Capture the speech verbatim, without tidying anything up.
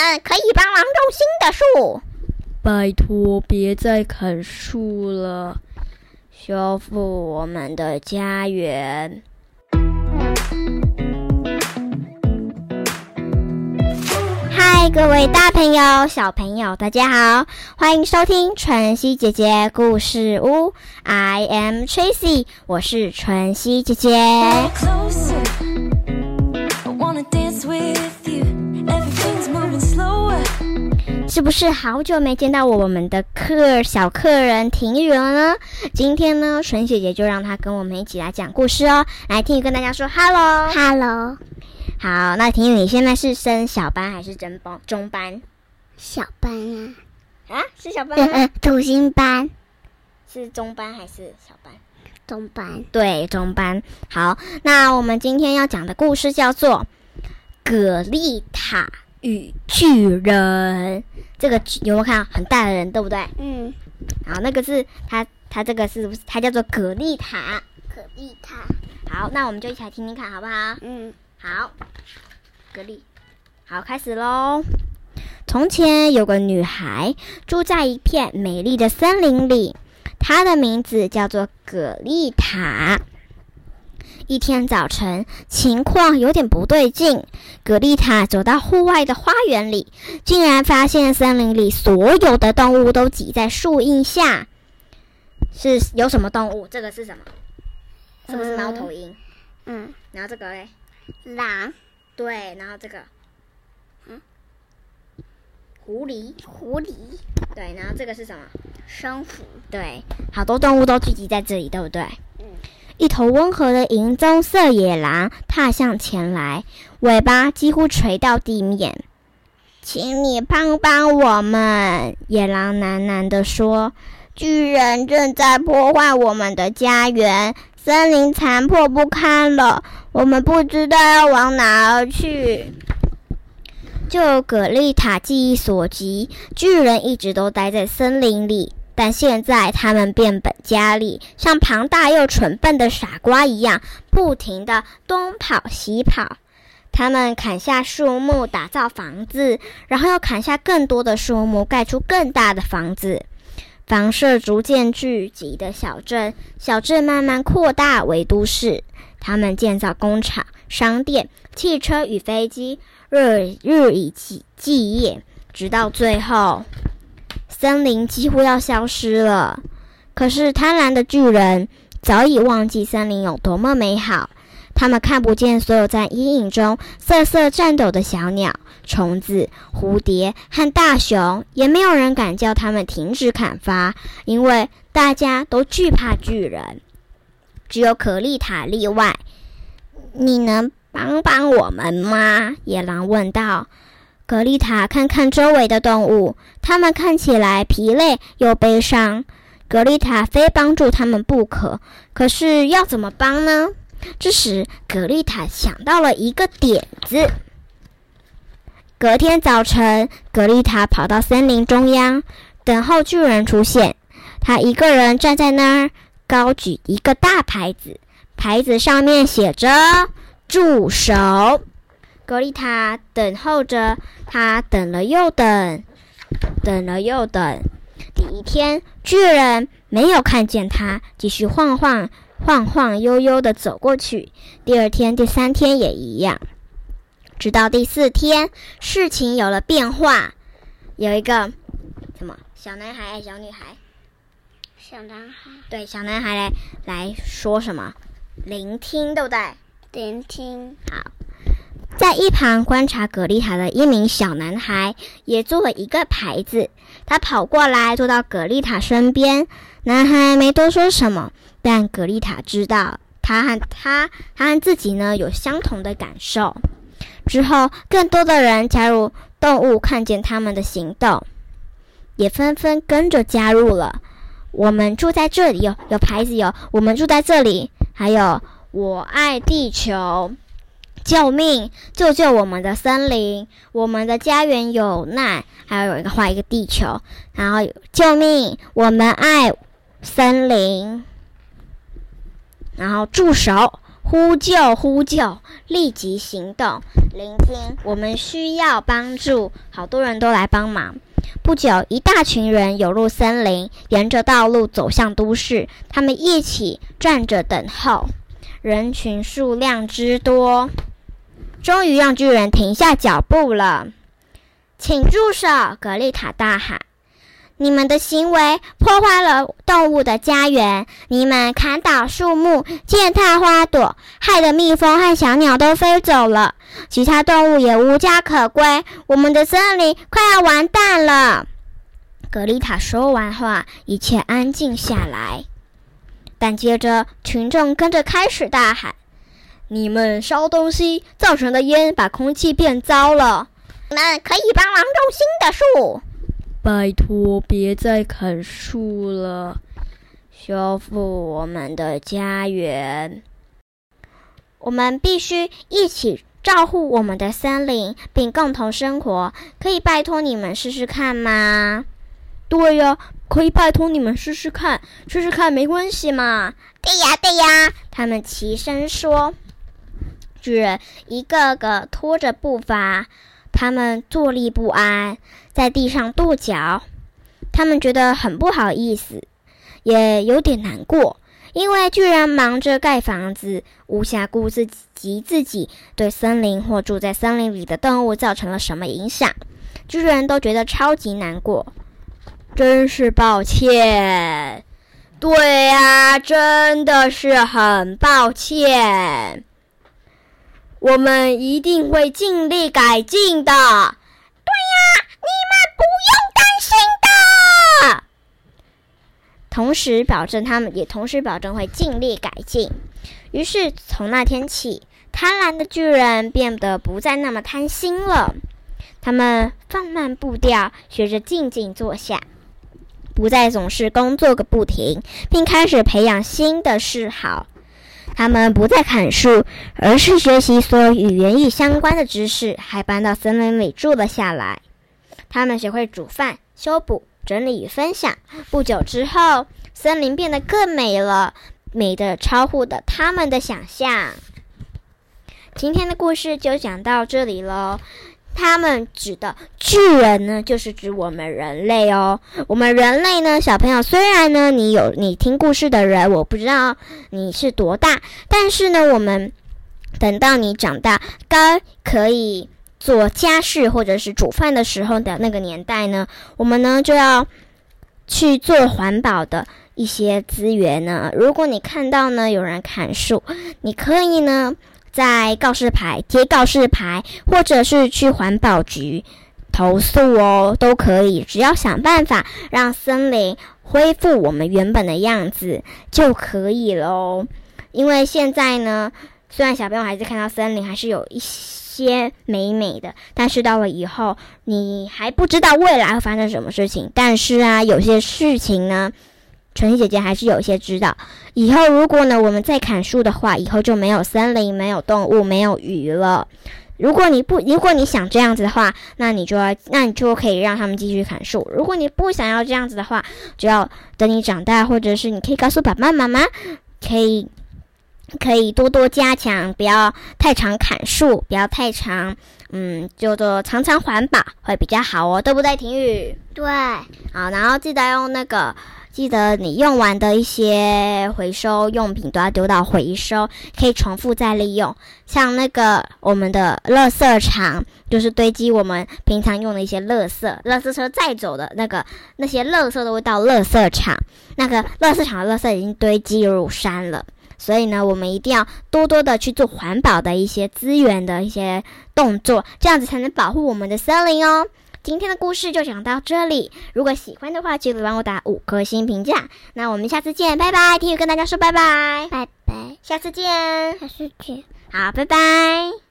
们可以帮忙种新的树。 拜托，别再砍树了，修复我们的家园。 嗨，各位大朋友、小朋友，大家好，欢迎收听晨曦姐姐故事屋。I am Tracy， 我是晨曦姐姐。是不是好久没见到我们的客小客人婷宇了呢？今天呢，纯姐姐就让她跟我们一起来讲故事哦。来，婷宇跟大家说 Hello Hello。 好，那婷宇你现在是升小班还是中班？中班？ 小班啊？ 啊，是小班吗？ 呃呃，土星班。 是中班还是小班？ 中班。 对，中班。好，那我们今天要讲的故事叫做葛丽塔与巨人。这个有没有看到很大的人，对不对？ 嗯。 好，那个是他，他这个是不是他叫做葛丽塔？ 葛丽塔。 好，那我们就一起来听听看，好不好？ 嗯。 好，葛丽。好，开始咯。从前有个女孩住在一片美丽的森林里，她的名字叫做葛丽塔。一天早晨，情况有点不对劲。葛丽塔走到户外的花园里，竟然发现森林里所有的动物都挤在树荫下。是有什么动物？这个是什么？是不是猫头鹰？ 嗯。 然后这个嘞？ 狼。 对，然后这个？嗯。狐狸。 狐狸。 对，然后这个是什么？ 松鼠。 对，好多动物都聚集在这里，对不对？ 嗯。 一头温和的银棕色野狼踏向前来，尾巴几乎垂到地面。请你帮帮我们，野狼喃喃地说。巨人正在破坏我们的家园，森林残破不堪了，我们不知道要往哪儿去。就葛丽塔记忆所及，巨人一直都待在森林里。但现在他们变本加厉，像庞大又蠢笨的傻瓜一样，不停地东跑西跑。他们砍下树木打造房子，然后又砍下更多的树木盖出更大的房子。房舍逐渐聚集的小镇，小镇慢慢扩大为都市。他们建造工厂、商店、汽车与飞机，日日以继夜，直到最后森林几乎要消失了。可是贪婪的巨人早已忘记森林有多么美好，他们看不见所有在阴影中瑟瑟颤抖的小鸟、虫子、蝴蝶和大熊，也没有人敢叫他们停止砍伐，因为大家都惧怕巨人。只有葛丽塔例外。你能帮帮我们吗？野狼问道。葛丽塔看看周围的动物，它们看起来疲累又悲伤。葛丽塔非帮助他们不可，可是要怎么帮呢？这时，葛丽塔想到了一个点子。隔天早晨，葛丽塔跑到森林中央，等候巨人出现。她一个人站在那儿，高举一个大牌子，牌子上面写着“住手”。葛丽塔等候着，她等了又等，等了又等。第一天，巨人没有看见她，继续晃晃晃晃悠悠地走过去。第二天、第三天也一样，直到第四天，事情有了变化。有一个什么小男孩还是小女孩？ 小男孩。 对，小男孩来来说什么？聆听，对不对？ 聆听。 好。在一旁观察葛丽塔的一名小男孩也做了一个牌子，他跑过来坐到葛丽塔身边。男孩没多说什么，但葛丽塔知道他和他他和自己呢有相同的感受。之后更多的人加入，动物看见他们的行动，也纷纷跟着加入了。我们住在这里，有有牌子有我们住在这里，还有我爱地球，救命！救救我们的森林！我们的家园有难！还有有一个画一个地球，然后救命！我们爱森林！然后住手！呼救！呼救！立即行动！ 聆听，我们需要帮助。好多人都来帮忙。不久，一大群人涌入森林，沿着道路走向都市。他们一起站着等候，人群数量之多，终于让巨人停下脚步了。请住手！格丽塔大喊。你们的行为破坏了动物的家园，你们砍倒树木，践踏花朵，害得蜜蜂和小鸟都飞走了，其他动物也无家可归，我们的森林快要完蛋了。格丽塔说完话，一切安静下来，但接着群众跟着开始大喊：你们烧东西造成的烟把空气变糟了，你们可以帮忙种新的树。 拜托，别再砍树了，修复我们的家园。 我们必须一起照护我们的森林，并共同生活。可以拜托你们试试看吗？ 对呀，可以拜托你们试试看，试试看没关系嘛。 对呀，对呀，他们齐声说。巨人一个个拖着步伐，他们坐立不安，在地上跺脚。他们觉得很不好意思，也有点难过，因为巨人忙着盖房子，无暇顾自己自己对森林或住在森林里的动物造成了什么影响。巨人都觉得超级难过， 真是抱歉。对啊，真的是很抱歉。我们一定会尽力改进的。对呀，你们不用担心的。同时保证他们也同时保证会尽力改进。于是从那天起，贪婪的巨人变得不再那么贪心了。他们放慢步调，学着静静坐下，不再总是工作个不停，并开始培养新的嗜好。他们不再砍树，而是学习所有与园艺相关的知识，还搬到森林里住了下来。他们学会煮饭、修补、整理与分享。不久之后，森林变得更美了，美得超乎了他们的想象。今天的故事就讲到这里咯。他们指的巨人呢，就是指我们人类哦。我们人类呢，小朋友，虽然呢你有你听故事的人，我不知道你是多大，但是呢，我们等到你长大，该可以做家事或者是煮饭的时候的那个年代呢，我们呢就要去做环保的一些资源呢。如果你看到呢有人砍树，你可以呢在告示牌贴告示牌，或者是去环保局投诉哦，都可以。只要想办法让森林恢复我们原本的样子就可以了哦。因为现在呢，虽然小朋友还是看到森林还是有一些美美的，但是到了以后你还不知道未来会发生什么事情。但是啊，有些事情呢，晨曦姐姐还是有一些知道。以后如果呢我们再砍树的话，以后就没有森林，没有动物，没有鱼了。如果你不如果你想这样子的话，那你就要那你就可以让他们继续砍树。如果你不想要这样子的话，就要等你长大，或者是你可以告诉爸爸妈妈，可以可以多多加强，不要太常砍树，不要太常嗯就做常常环保会比较好哦，对不对婷宇？ 对。 好，然后记得用那个记得你用完的一些回收用品都要丢到回收，可以重复再利用。像那个我们的垃圾场，就是堆积我们平常用的一些垃圾，垃圾车载走的那个那些垃圾都会到垃圾场，那个垃圾场的垃圾已经堆积如山了。所以呢，我们一定要多多的去做环保的一些资源的一些动作，这样子才能保护我们的森林哦。今天的故事就讲到这里，如果喜欢的话，记得帮我打五颗星评价。那我们下次见，拜拜！婷宇跟大家说拜拜， 拜拜， 下次见， 下次见。 好，拜拜。